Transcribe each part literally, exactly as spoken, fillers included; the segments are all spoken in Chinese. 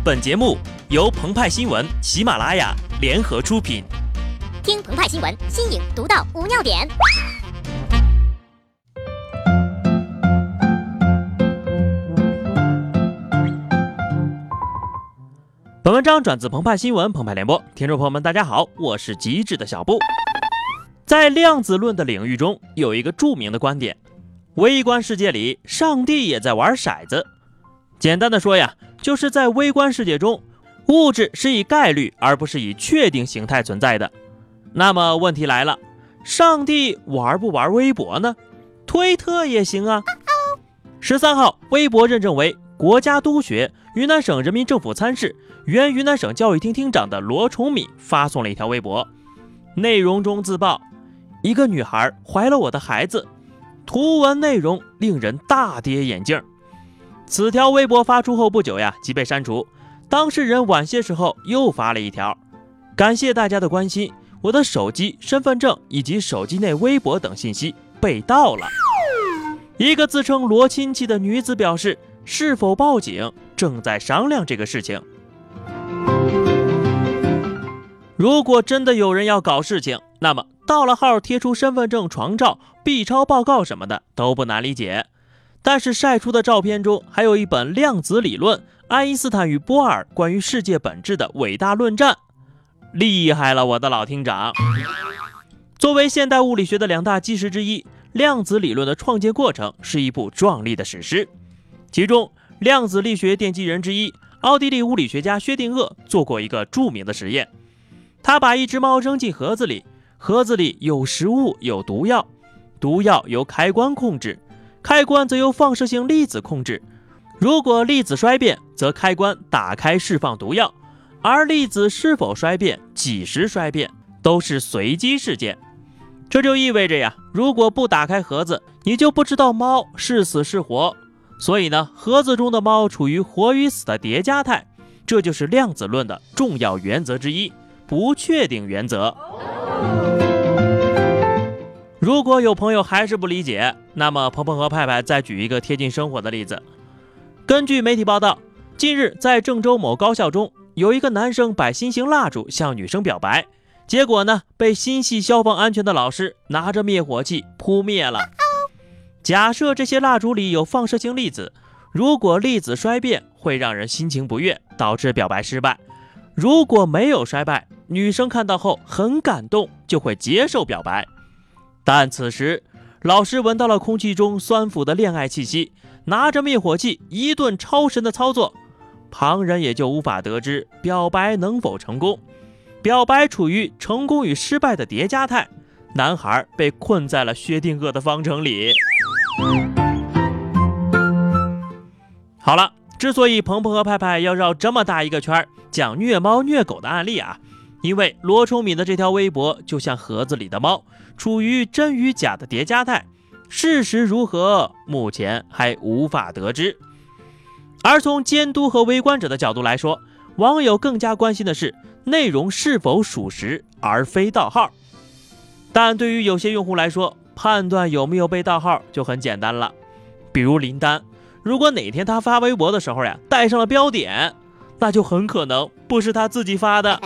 本节目由澎湃新闻、喜马拉雅联合出品。 听澎湃新闻，新颖独到，无尿点。 本文章转自澎湃新闻澎湃联播，听众朋友们，大家好，我是极致的小布。在量子论的领域中，有一个著名的观点：微观世界里，上帝也在玩骰子。简单的说呀，就是在微观世界中，物质是以概率而不是以确定形态存在的。那么问题来了，上帝玩不玩微博呢？推特也行啊。十三号，微博认证为国家督学云南省人民政府参事、原云南省教育厅厅长的罗崇敏发送了一条微博，内容中自曝一个女孩怀了我的孩子，图文内容令人大跌眼镜。此条微博发出后不久呀，即被删除。当事人晚些时候又发了一条，感谢大家的关心，我的手机、身份证以及手机内微博等信息被盗了。一个自称罗亲戚的女子表示，是否报警正在商量这个事情。如果真的有人要搞事情，那么盗了号贴出身份证、床照、B 超报告什么的都不难理解。但是晒出的照片中还有一本量子理论爱因斯坦与波尔关于世界本质的伟大论战，厉害了我的老厅长。作为现代物理学的两大基石之一，量子理论的创建过程是一部壮丽的史诗。其中量子力学奠基人之一奥地利物理学家薛定谔做过一个著名的实验，他把一只猫扔进盒子里，盒子里有食物有毒药，毒药由开关控制，开关则由放射性粒子控制。如果粒子衰变，则开关打开释放毒药，而粒子是否衰变、几时衰变都是随机事件。这就意味着呀，如果不打开盒子，你就不知道猫是死是活。所以呢，盒子中的猫处于活与死的叠加态，这就是量子论的重要原则之一，不确定原则。如果有朋友还是不理解，那么鹏鹏和派派再举一个贴近生活的例子。根据媒体报道，近日在郑州某高校中，有一个男生摆心形蜡烛向女生表白，结果呢，被心系消防安全的老师拿着灭火器扑灭了。假设这些蜡烛里有放射性粒子，如果粒子衰变会让人心情不悦，导致表白失败；如果没有衰败，女生看到后很感动，就会接受表白。但此时老师闻到了空气中酸腐的恋爱气息，拿着灭火器一顿超神的操作，旁人也就无法得知表白能否成功。表白处于成功与失败的叠加态，男孩被困在了薛定谔的方程里。好了，之所以鹏鹏和派派要绕这么大一个圈讲虐猫虐狗的案例啊，因为罗崇敏的这条微博就像盒子里的猫，处于真与假的叠加态，事实如何目前还无法得知。而从监督和围观者的角度来说，网友更加关心的是内容是否属实而非盗号。但对于有些用户来说，判断有没有被盗号就很简单了。比如林丹，如果哪天他发微博的时候呀带上了标点，那就很可能不是他自己发的。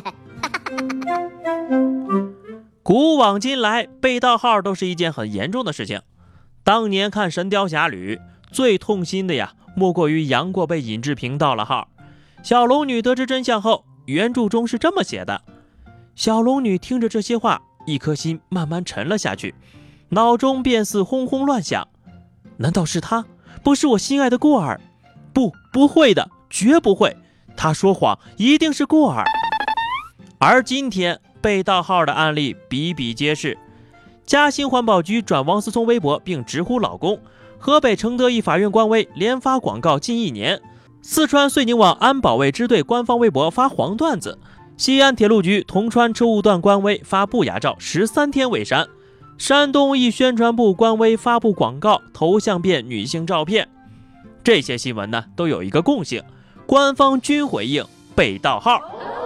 古往今来，被盗号都是一件很严重的事情。当年看《神雕侠侣》，最痛心的呀，莫过于杨过被尹志平盗了号。小龙女得知真相后，原著中是这么写的：小龙女听着这些话，一颗心慢慢沉了下去，脑中便似轰轰乱响，难道是他？不是我心爱的过儿？不，不会的，绝不会，他说谎，一定是过儿。而今天被盗号的案例比比皆是，嘉兴环保局转王思聪微博并直呼老公，河北承德一法院官微连发广告近一年，四川遂宁网安保卫支队官方微博发黄段子，西安铁路局铜川车务段官微发不雅照十三天未删，山东一宣传部官微发布广告，头像变女性照片。这些新闻呢都有一个共性，官方均回应被盗号。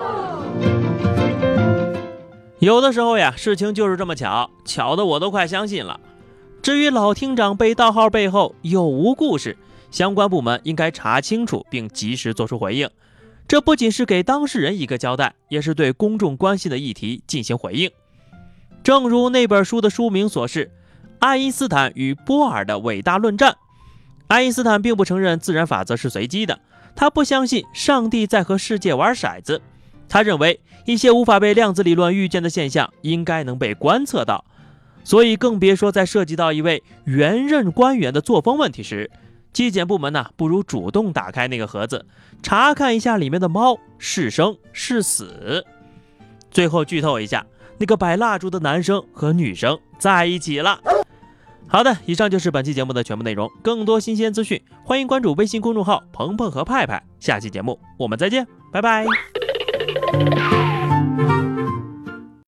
有的时候呀，事情就是这么巧，巧的我都快相信了。至于老厅长被盗号背后有无故事，相关部门应该查清楚并及时做出回应。 这不仅是给当事人一个交代，也是对公众关心的议题进行回应。正如那本书的书名所示，爱因斯坦与波尔的伟大论战。爱因斯坦并不承认自然法则是随机的，他不相信上帝在和世界玩骰子，他认为一些无法被量子理论预见的现象应该能被观测到，所以更别说在涉及到一位原任官员的作风问题时，纪检部门呢，不如主动打开那个盒子，查看一下里面的猫是生是死。最后剧透一下，那个摆蜡烛的男生和女生在一起了。好的，以上就是本期节目的全部内容。更多新鲜资讯，欢迎关注微信公众号鹏鹏和派派。下期节目我们再见，拜拜。